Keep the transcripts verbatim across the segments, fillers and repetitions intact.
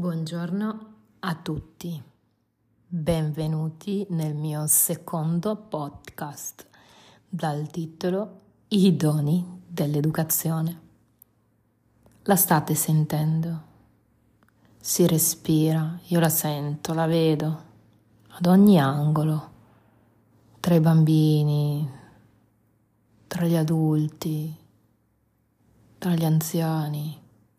Buongiorno a tutti, benvenuti nel mio secondo podcast dal titolo I doni dell'educazione. La state sentendo? Si respira, io la sento, la vedo ad ogni angolo, tra i bambini, tra gli adulti, tra gli anziani.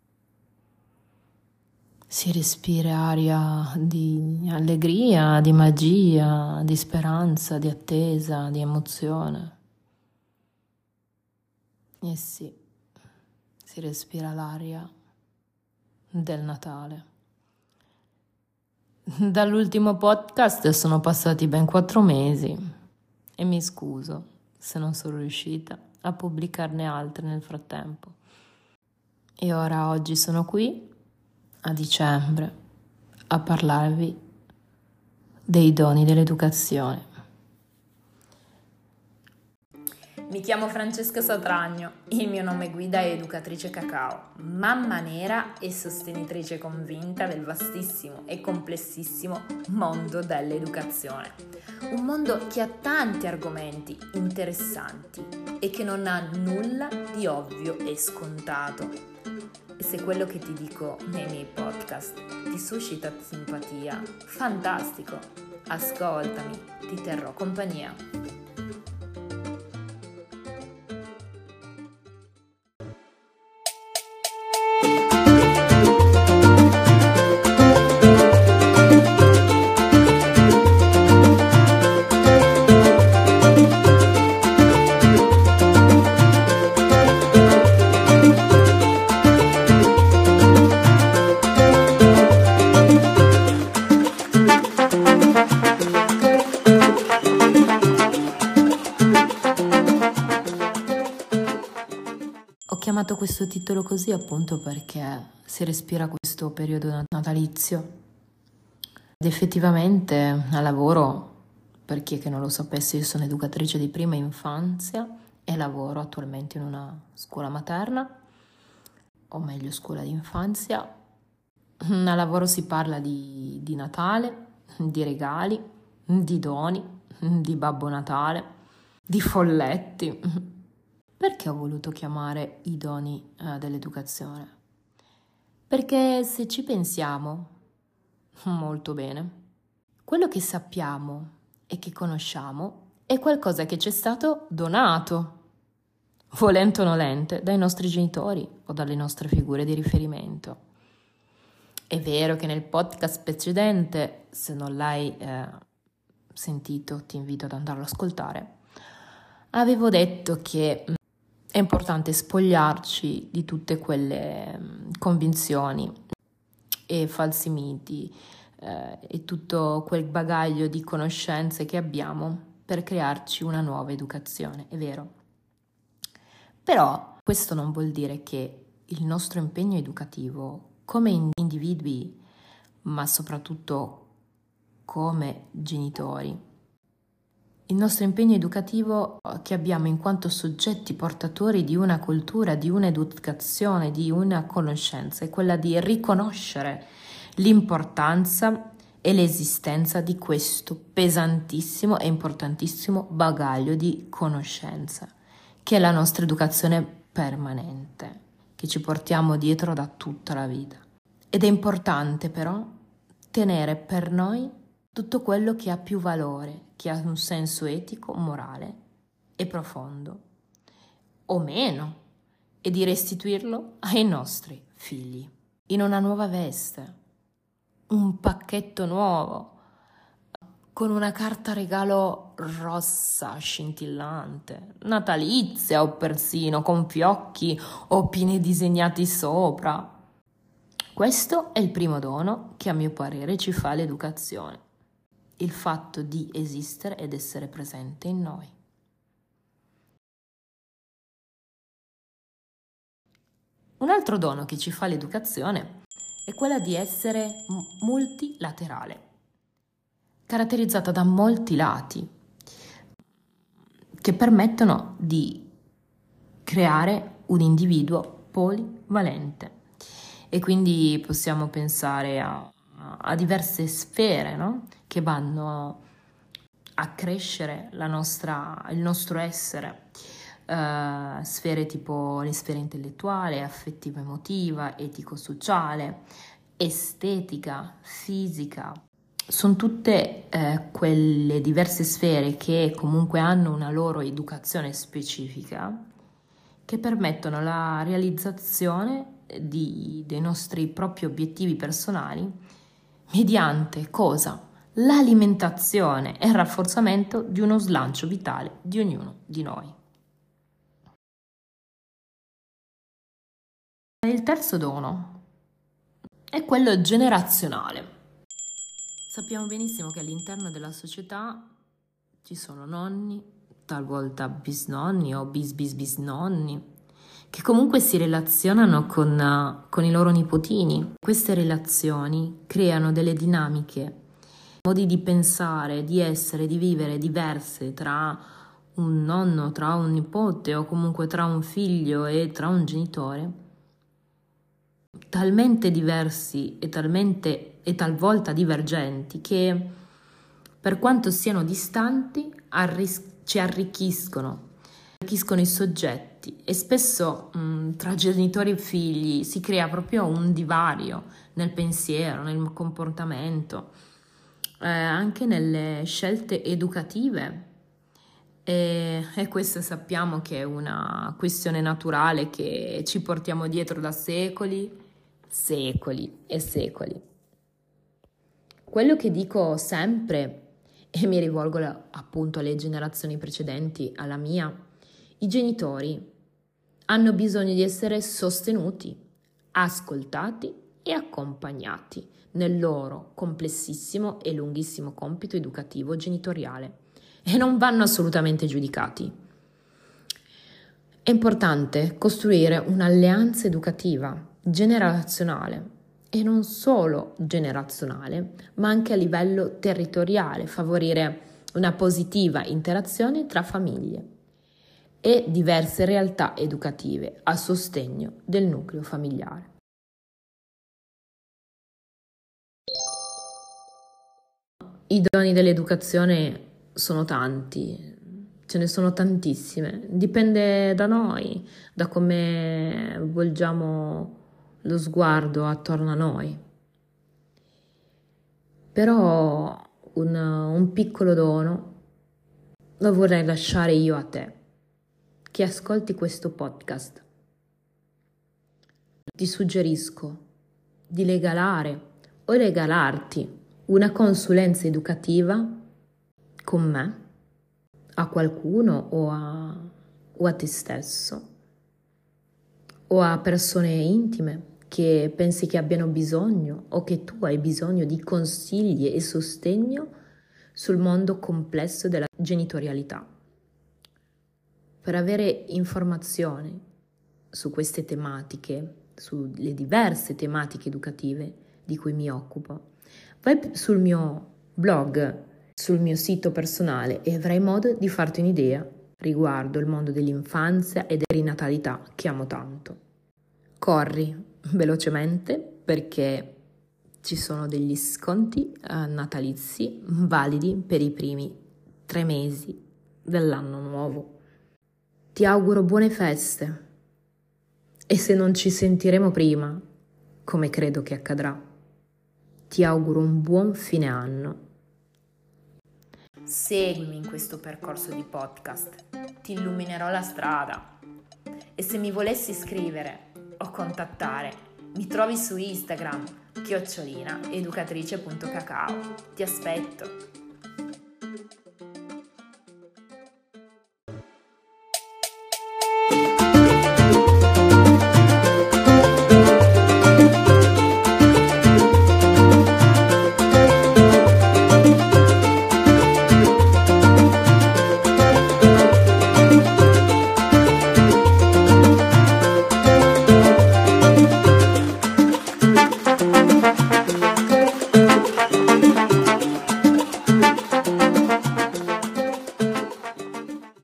Si respira aria di allegria, di magia, di speranza, di attesa, di emozione. E sì, si respira l'aria del Natale. Dall'ultimo podcast sono passati ben quattro mesi e mi scuso se non sono riuscita a pubblicarne altre nel frattempo. E ora oggi sono qui a dicembre a parlarvi dei doni dell'educazione. Mi chiamo Francesca Satragno, il mio nome guida è Educatrice Cacao, mamma nera e sostenitrice convinta del vastissimo e complessissimo mondo dell'educazione. Un mondo che ha tanti argomenti interessanti e che non ha nulla di ovvio e scontato. E se quello che ti dico nei miei podcast ti suscita simpatia, fantastico, ascoltami, ti terrò compagnia. Ho chiamato questo titolo così appunto perché si respira questo periodo natalizio ed effettivamente al lavoro, per chi che non lo sapesse, io sono educatrice di prima infanzia e lavoro attualmente in una scuola materna, o meglio scuola di infanzia. Al lavoro si parla di, di Natale, di regali, di doni, di Babbo Natale, di folletti. Perché ho voluto chiamare i doni eh, dell'educazione? Perché se ci pensiamo molto bene, quello che sappiamo e che conosciamo è qualcosa che ci è stato donato, volente o nolente, dai nostri genitori o dalle nostre figure di riferimento. È vero che nel podcast precedente, se non l'hai eh, sentito, ti invito ad andarlo ad ascoltare, avevo detto che è importante spogliarci di tutte quelle convinzioni e falsi miti eh, e tutto quel bagaglio di conoscenze che abbiamo per crearci una nuova educazione, è vero. Però questo non vuol dire che il nostro impegno educativo come individui, ma soprattutto come genitori, il nostro impegno educativo che abbiamo in quanto soggetti portatori di una cultura, di un'educazione, di una conoscenza, è quella di riconoscere l'importanza e l'esistenza di questo pesantissimo e importantissimo bagaglio di conoscenza, che è la nostra educazione permanente, che ci portiamo dietro da tutta la vita. Ed è importante però tenere per noi tutto quello che ha più valore, che ha un senso etico, morale e profondo, o meno, e di restituirlo ai nostri figli, in una nuova veste, un pacchetto nuovo, con una carta regalo rossa, scintillante, natalizia o persino con fiocchi o pine disegnati sopra. Questo è il primo dono che a mio parere ci fa l'educazione. Il fatto di esistere ed essere presente in noi. Un altro dono che ci fa l'educazione è quella di essere multilaterale, caratterizzata da molti lati che permettono di creare un individuo polivalente E quindi possiamo pensare a, a diverse sfere, no? Che vanno a crescere la nostra, il nostro essere, uh, sfere tipo le sfere intellettuale, affettiva, emotiva, etico-sociale, estetica, fisica. Sono tutte eh, quelle diverse sfere che comunque hanno una loro educazione specifica, che permettono la realizzazione di, dei nostri propri obiettivi personali mediante cosa? L'alimentazione e il rafforzamento di uno slancio vitale di ognuno di noi. Il terzo dono è quello generazionale. Sappiamo benissimo che all'interno della società ci sono nonni, talvolta bisnonni o bis bis bisnonni, che comunque si relazionano con, uh, con i loro nipotini. Queste relazioni creano delle dinamiche, modi di pensare, di essere, di vivere diverse tra un nonno, tra un nipote o comunque tra un figlio e tra un genitore, talmente diversi e talmente e talvolta divergenti che, per quanto siano distanti, arris- ci arricchiscono, arricchiscono i soggetti, e spesso mh, tra genitori e figli si crea proprio un divario nel pensiero, nel comportamento, eh, anche nelle scelte educative. E, e questa sappiamo che è una questione naturale che ci portiamo dietro da secoli, secoli e secoli. Quello che dico sempre, e mi rivolgo appunto alle generazioni precedenti, alla mia, i genitori hanno bisogno di essere sostenuti, ascoltati e accompagnati nel loro complessissimo e lunghissimo compito educativo genitoriale, e non vanno assolutamente giudicati. È importante costruire un'alleanza educativa generazionale, e non solo generazionale, ma anche a livello territoriale, favorire una positiva interazione tra famiglie e diverse realtà educative a sostegno del nucleo familiare. I doni dell'educazione sono tanti, ce ne sono tantissime, dipende da noi, da come volgiamo lo sguardo attorno a noi. Però un, un piccolo dono lo vorrei lasciare io a te, che ascolti questo podcast. Ti suggerisco di regalare o regalarti una consulenza educativa con me, a qualcuno o a, o a te stesso, o a persone intime che pensi che abbiano bisogno, o che tu hai bisogno di consigli e sostegno sul mondo complesso della genitorialità. Per avere informazioni su queste tematiche, sulle diverse tematiche educative di cui mi occupo, vai sul mio blog, sul mio sito personale, e avrai modo di farti un'idea riguardo il mondo dell'infanzia e dell'inatalità che amo tanto. Corri velocemente perché ci sono degli sconti eh, natalizi validi per i primi tre mesi dell'anno nuovo. Ti auguro buone feste, e se non ci sentiremo prima, come credo che accadrà, ti auguro un buon fine anno. Seguimi in questo percorso di podcast, ti illuminerò la strada. E se mi volessi scrivere o contattare, mi trovi su Instagram, chiocciolina educatrice punto cacao. Ti aspetto.